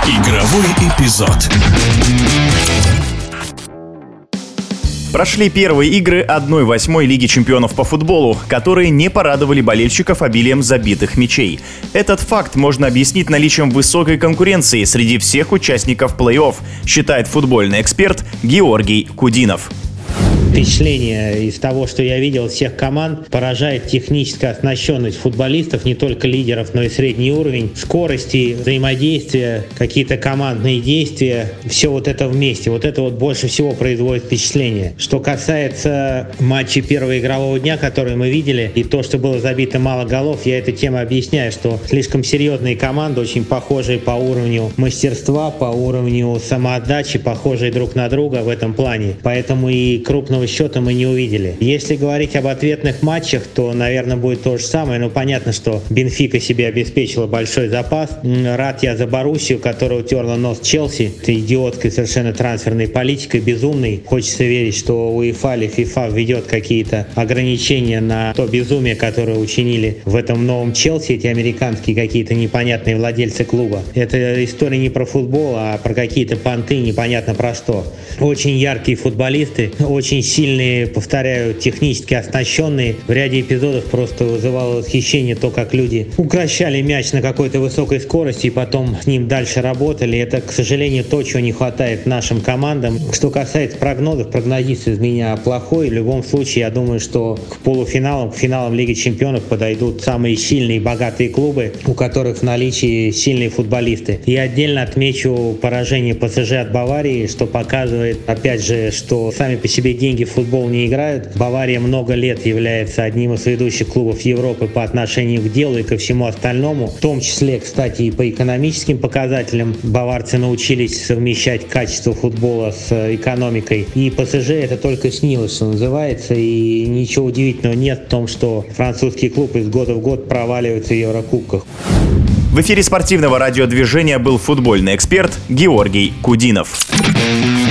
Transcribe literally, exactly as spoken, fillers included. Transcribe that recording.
Игровой эпизод. Прошли первые игры одна восьмая Лиги чемпионов по футболу, которые не порадовали болельщиков обилием забитых мячей. Этот факт можно объяснить наличием высокой конкуренции среди всех участников плей-офф, считает футбольный эксперт Георгий Кудинов. Впечатление из того, что я видел всех команд, поражает техническая оснащенность футболистов, не только лидеров, но и средний уровень, скорости, взаимодействия, какие-то командные действия, все вот это вместе. Вот это вот больше всего производит впечатление. Что касается матча первого игрового дня, который мы видели, и то, что было забито мало голов, я эту тему объясняю, что слишком серьезные команды, очень похожие по уровню мастерства, по уровню самоотдачи, похожие друг на друга в этом плане. Поэтому и крупного счета мы не увидели. Если говорить об ответных матчах, то, наверное, будет то же самое. Но понятно, что Бенфика себе обеспечила большой запас. Рад я за Боруссию, которая утерла нос Челси. Это идиотской совершенно трансферной политикой, безумной. Хочется верить, что УЕФА или ФИФА введет какие-то ограничения на то безумие, которое учинили в этом новом Челси, эти американские какие-то непонятные владельцы клуба. Это история не про футбол, а про какие-то понты, непонятно про что. Очень яркие футболисты, очень сильные, повторяю, технически оснащенные. В ряде эпизодов просто вызывало восхищение то, как люди укращали мяч на какой-то высокой скорости и потом с ним дальше работали. Это, к сожалению, то, чего не хватает нашим командам. Что касается прогнозов, прогнозист из меня плохой. В любом случае, я думаю, что к полуфиналам, к финалам Лиги чемпионов подойдут самые сильные и богатые клубы, у которых в наличии сильные футболисты. Я отдельно отмечу поражение ПСЖ от Баварии, что показывает, опять же, что сами по себе деньги в футбол не играют. Бавария много лет является одним из ведущих клубов Европы по отношению к делу и ко всему остальному. В том числе, кстати, и по экономическим показателям. Баварцы научились совмещать качество футбола с экономикой. И ПСЖ это только снилось, что называется. И ничего удивительного нет в том, что французский клуб из года в год проваливается в Еврокубках. В эфире спортивного радиодвижения был футбольный эксперт Георгий Кудинов.